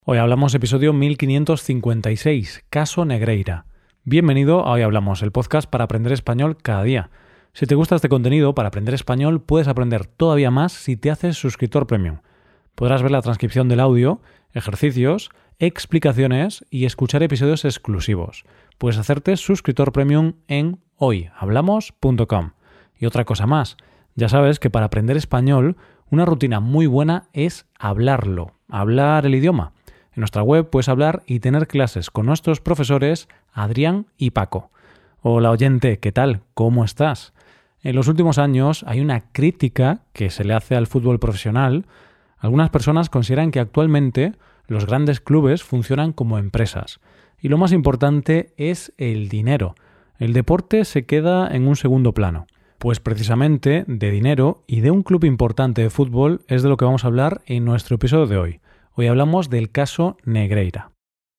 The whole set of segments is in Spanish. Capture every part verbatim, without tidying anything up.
Hoy hablamos episodio mil quinientos cincuenta y seis, Caso Negreira. Bienvenido a Hoy Hablamos, el podcast para aprender español cada día. Si te gusta este contenido para aprender español, puedes aprender todavía más si te haces suscriptor premium. Podrás ver la transcripción del audio, ejercicios, explicaciones y escuchar episodios exclusivos. Puedes hacerte suscriptor premium en hoy hablamos punto com. Y otra cosa más, ya sabes que para aprender español, una rutina muy buena es hablarlo, hablar el idioma. En nuestra web puedes hablar y tener clases con nuestros profesores Adrián y Paco. Hola oyente, ¿qué tal? ¿Cómo estás? En los últimos años hay una crítica que se le hace al fútbol profesional. Algunas personas consideran que actualmente los grandes clubes funcionan como empresas. Y lo más importante es el dinero. El deporte se queda en un segundo plano. Pues precisamente de dinero y de un club importante de fútbol es de lo que vamos a hablar en nuestro episodio de hoy. Hoy hablamos del caso Negreira.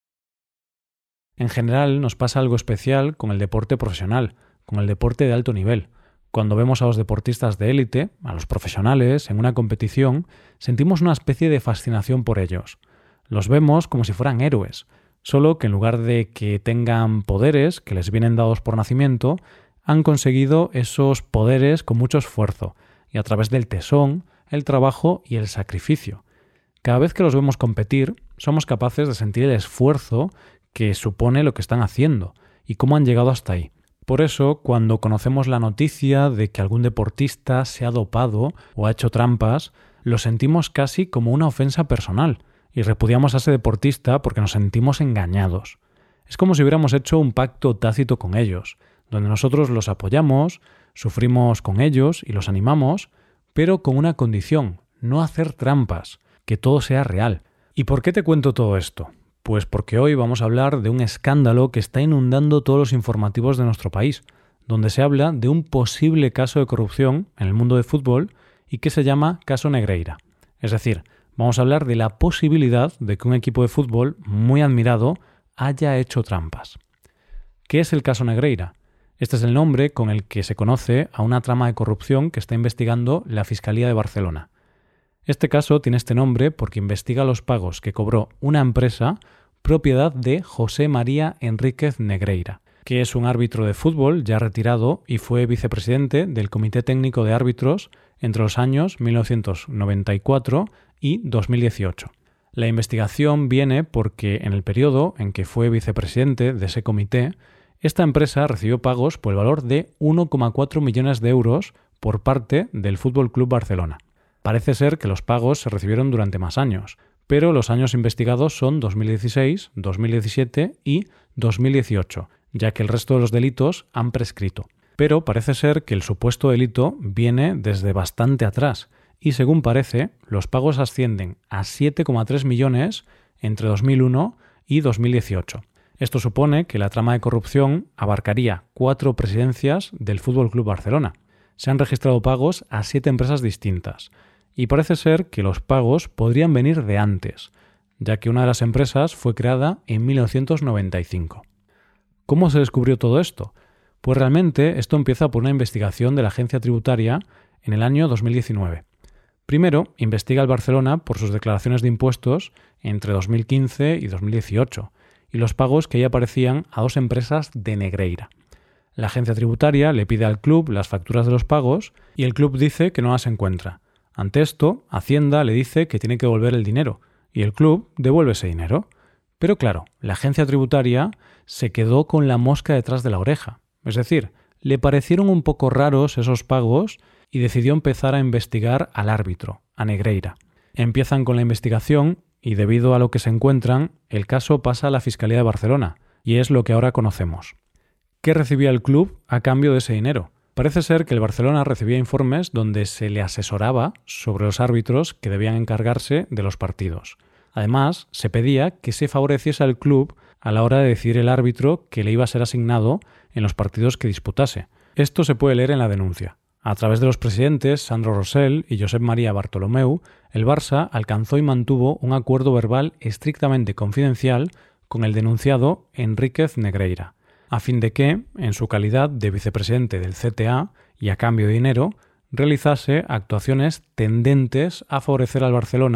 En general nos pasa algo especial con el deporte profesional, con el deporte de alto nivel. Cuando vemos a los deportistas de élite, a los profesionales, en una competición, sentimos una especie de fascinación por ellos. Los vemos como si fueran héroes, solo que en lugar de que tengan poderes que les vienen dados por nacimiento, han conseguido esos poderes con mucho esfuerzo y a través del tesón, el trabajo y el sacrificio. Cada vez que los vemos competir, somos capaces de sentir el esfuerzo que supone lo que están haciendo y cómo han llegado hasta ahí. Por eso, cuando conocemos la noticia de que algún deportista se ha dopado o ha hecho trampas, lo sentimos casi como una ofensa personal y repudiamos a ese deportista porque nos sentimos engañados. Es como si hubiéramos hecho un pacto tácito con ellos, donde nosotros los apoyamos, sufrimos con ellos y los animamos, pero con una condición, no hacer trampas, que todo sea real. ¿Y por qué te cuento todo esto? Pues porque hoy vamos a hablar de un escándalo que está inundando todos los informativos de nuestro país, donde se habla de un posible caso de corrupción en el mundo del fútbol y que se llama Caso Negreira. Es decir, vamos a hablar de la posibilidad de que un equipo de fútbol muy admirado haya hecho trampas. ¿Qué es el Caso Negreira? Este es el nombre con el que se conoce a una trama de corrupción que está investigando la Fiscalía de Barcelona. Este caso tiene este nombre porque investiga los pagos que cobró una empresa propiedad de José María Enríquez Negreira, que es un árbitro de fútbol ya retirado y fue vicepresidente del Comité Técnico de Árbitros entre los años mil novecientos noventa y cuatro y dos mil dieciocho. La investigación viene porque en el periodo en que fue vicepresidente de ese comité, esta empresa recibió pagos por el valor de uno coma cuatro millones de euros por parte del F C Barcelona. Parece ser que los pagos se recibieron durante más años, pero los años investigados son dos mil dieciséis, dos mil diecisiete y dos mil dieciocho, ya que el resto de los delitos han prescrito. Pero parece ser que el supuesto delito viene desde bastante atrás y, según parece, los pagos ascienden a siete coma tres millones entre dos mil uno y dos mil dieciocho. Esto supone que la trama de corrupción abarcaría cuatro presidencias del F C Barcelona. Se han registrado pagos a siete empresas distintas. Y parece ser que los pagos podrían venir de antes, ya que una de las empresas fue creada en mil novecientos noventa y cinco. ¿Cómo se descubrió todo esto? Pues realmente esto empieza por una investigación de la agencia tributaria en el año dos mil diecinueve. Primero, investiga el Barcelona por sus declaraciones de impuestos entre dos mil quince y dos mil dieciocho y los pagos que ahí aparecían a dos empresas de Negreira. La agencia tributaria le pide al club las facturas de los pagos y el club dice que no las encuentra. Ante esto, Hacienda le dice que tiene que devolver el dinero y el club devuelve ese dinero. Pero claro, la agencia tributaria se quedó con la mosca detrás de la oreja. Es decir, le parecieron un poco raros esos pagos y decidió empezar a investigar al árbitro, a Negreira. Empiezan con la investigación y debido a lo que se encuentran, el caso pasa a la Fiscalía de Barcelona y es lo que ahora conocemos. ¿Qué recibía el club a cambio de ese dinero? Parece ser que el Barcelona recibía informes donde se le asesoraba sobre los árbitros que debían encargarse de los partidos. Además, se pedía que se favoreciese al club a la hora de decidir el árbitro que le iba a ser asignado en los partidos que disputase. Esto se puede leer en la denuncia. A través de los presidentes Sandro Rosell y Josep María Bartomeu, el Barça alcanzó y mantuvo un acuerdo verbal estrictamente confidencial con el denunciado Enríquez Negreira, a fin de que, en su calidad de vicepresidente del C T A y a cambio de dinero, realizase actuaciones tendentes a favorecer al Barcelona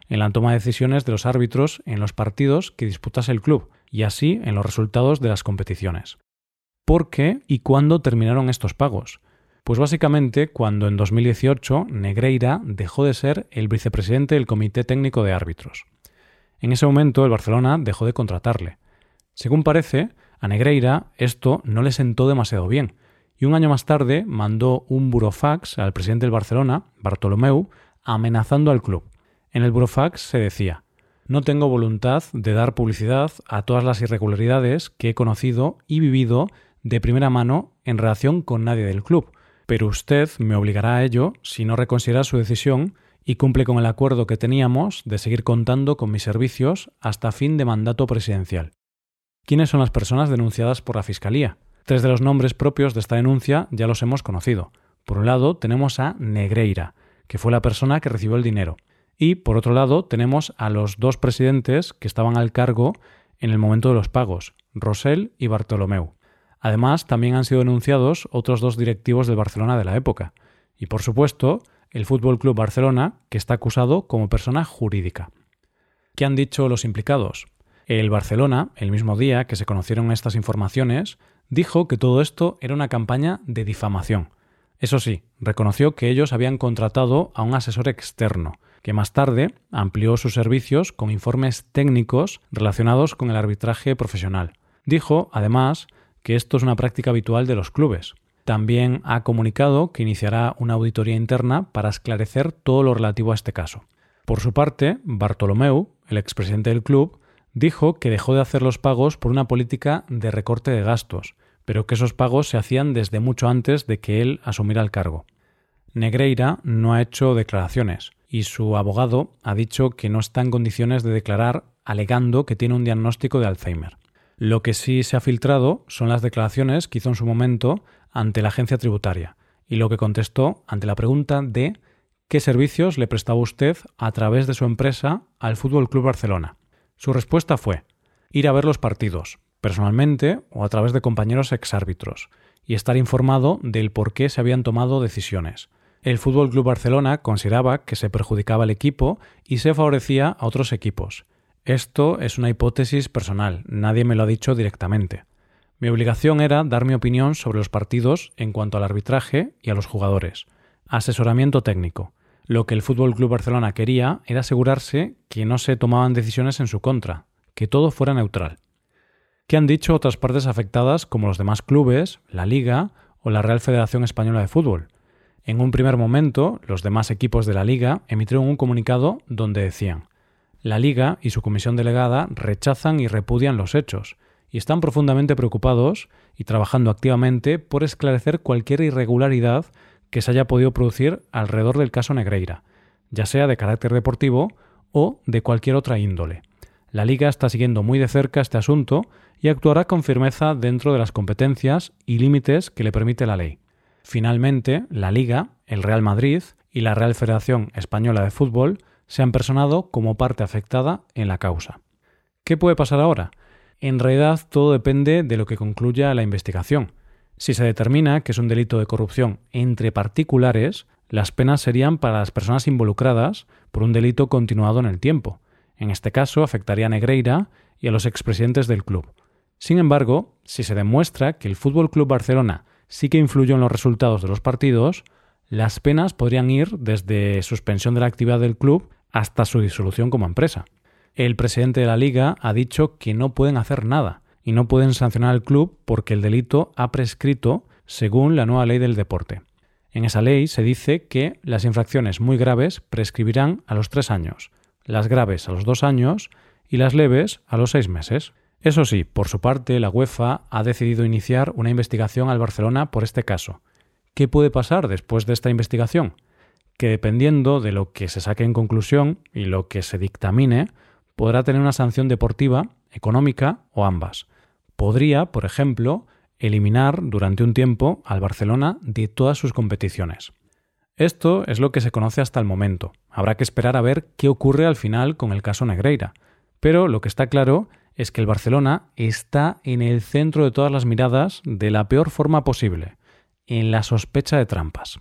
en la toma de decisiones de los árbitros en los partidos que disputase el club y así en los resultados de las competiciones. ¿Por qué y cuándo terminaron estos pagos? Pues básicamente cuando en dos mil dieciocho Negreira dejó de ser el vicepresidente del Comité Técnico de Árbitros. En ese momento el Barcelona dejó de contratarle. Según parece, a Negreira esto no le sentó demasiado bien y un año más tarde mandó un burofax al presidente del Barcelona, Bartomeu, amenazando al club. En el burofax se decía: «No tengo voluntad de dar publicidad a todas las irregularidades que he conocido y vivido de primera mano en relación con nadie del club, pero usted me obligará a ello si no reconsidera su decisión y cumple con el acuerdo que teníamos de seguir contando con mis servicios hasta fin de mandato presidencial». ¿Quiénes son las personas denunciadas por la Fiscalía? Tres de los nombres propios de esta denuncia ya los hemos conocido. Por un lado tenemos a Negreira, que fue la persona que recibió el dinero. Y por otro lado tenemos a los dos presidentes que estaban al cargo en el momento de los pagos, Rosell y Bartomeu. Además, también han sido denunciados otros dos directivos del Barcelona de la época. Y por supuesto, el F C Barcelona, que está acusado como persona jurídica. ¿Qué han dicho los implicados? El Barcelona, el mismo día que se conocieron estas informaciones, dijo que todo esto era una campaña de difamación. Eso sí, reconoció que ellos habían contratado a un asesor externo, que más tarde amplió sus servicios con informes técnicos relacionados con el arbitraje profesional. Dijo, además, que esto es una práctica habitual de los clubes. También ha comunicado que iniciará una auditoría interna para esclarecer todo lo relativo a este caso. Por su parte, Bartomeu, el expresidente del club, dijo que dejó de hacer los pagos por una política de recorte de gastos, pero que esos pagos se hacían desde mucho antes de que él asumiera el cargo. Negreira no ha hecho declaraciones y su abogado ha dicho que no está en condiciones de declarar, alegando que tiene un diagnóstico de Alzheimer. Lo que sí se ha filtrado son las declaraciones que hizo en su momento ante la agencia tributaria y lo que contestó ante la pregunta de ¿qué servicios le prestaba usted a través de su empresa al F C Barcelona? Su respuesta fue: ir a ver los partidos, personalmente o a través de compañeros exárbitros, y estar informado del por qué se habían tomado decisiones. El F C Barcelona consideraba que se perjudicaba al equipo y se favorecía a otros equipos. Esto es una hipótesis personal, nadie me lo ha dicho directamente. Mi obligación era dar mi opinión sobre los partidos en cuanto al arbitraje y a los jugadores. Asesoramiento técnico. Lo que el F C Barcelona quería era asegurarse que no se tomaban decisiones en su contra, que todo fuera neutral. ¿Qué han dicho otras partes afectadas como los demás clubes, la Liga o la Real Federación Española de Fútbol? En un primer momento, los demás equipos de la Liga emitieron un comunicado donde decían: la Liga y su comisión delegada rechazan y repudian los hechos y están profundamente preocupados y trabajando activamente por esclarecer cualquier irregularidad que se haya podido producir alrededor del caso Negreira, ya sea de carácter deportivo o de cualquier otra índole. La Liga está siguiendo muy de cerca este asunto y actuará con firmeza dentro de las competencias y límites que le permite la ley. Finalmente, la Liga, el Real Madrid y la Real Federación Española de Fútbol se han personado como parte afectada en la causa. ¿Qué puede pasar ahora? En realidad todo depende de lo que concluya la investigación. Si se determina que es un delito de corrupción entre particulares, las penas serían para las personas involucradas por un delito continuado en el tiempo. En este caso afectaría a Negreira y a los expresidentes del club. Sin embargo, si se demuestra que el F C Barcelona sí que influyó en los resultados de los partidos, las penas podrían ir desde suspensión de la actividad del club hasta su disolución como empresa. El presidente de la Liga ha dicho que no pueden hacer nada y no pueden sancionar al club porque el delito ha prescrito según la nueva ley del deporte. En esa ley se dice que las infracciones muy graves prescribirán a los tres años, las graves a los dos años y las leves a los seis meses. Eso sí, por su parte, la UEFA ha decidido iniciar una investigación al Barcelona por este caso. ¿Qué puede pasar después de esta investigación? Que dependiendo de lo que se saque en conclusión y lo que se dictamine, podrá tener una sanción deportiva, económica o ambas. Podría, por ejemplo, eliminar durante un tiempo al Barcelona de todas sus competiciones. Esto es lo que se conoce hasta el momento. Habrá que esperar a ver qué ocurre al final con el caso Negreira. Pero lo que está claro es que el Barcelona está en el centro de todas las miradas de la peor forma posible, en la sospecha de trampas.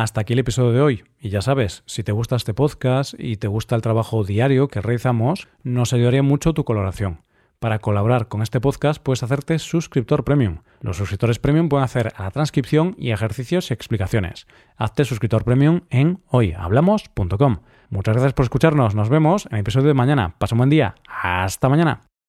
Hasta aquí el episodio de hoy. Y ya sabes, si te gusta este podcast y te gusta el trabajo diario que realizamos, nos ayudaría mucho tu colaboración. Para colaborar con este podcast puedes hacerte suscriptor premium. Los suscriptores premium pueden hacer a la transcripción y ejercicios y explicaciones. Hazte suscriptor premium en hoy hablamos punto com. Muchas gracias por escucharnos. Nos vemos en el episodio de mañana. Pasa un buen día. Hasta mañana.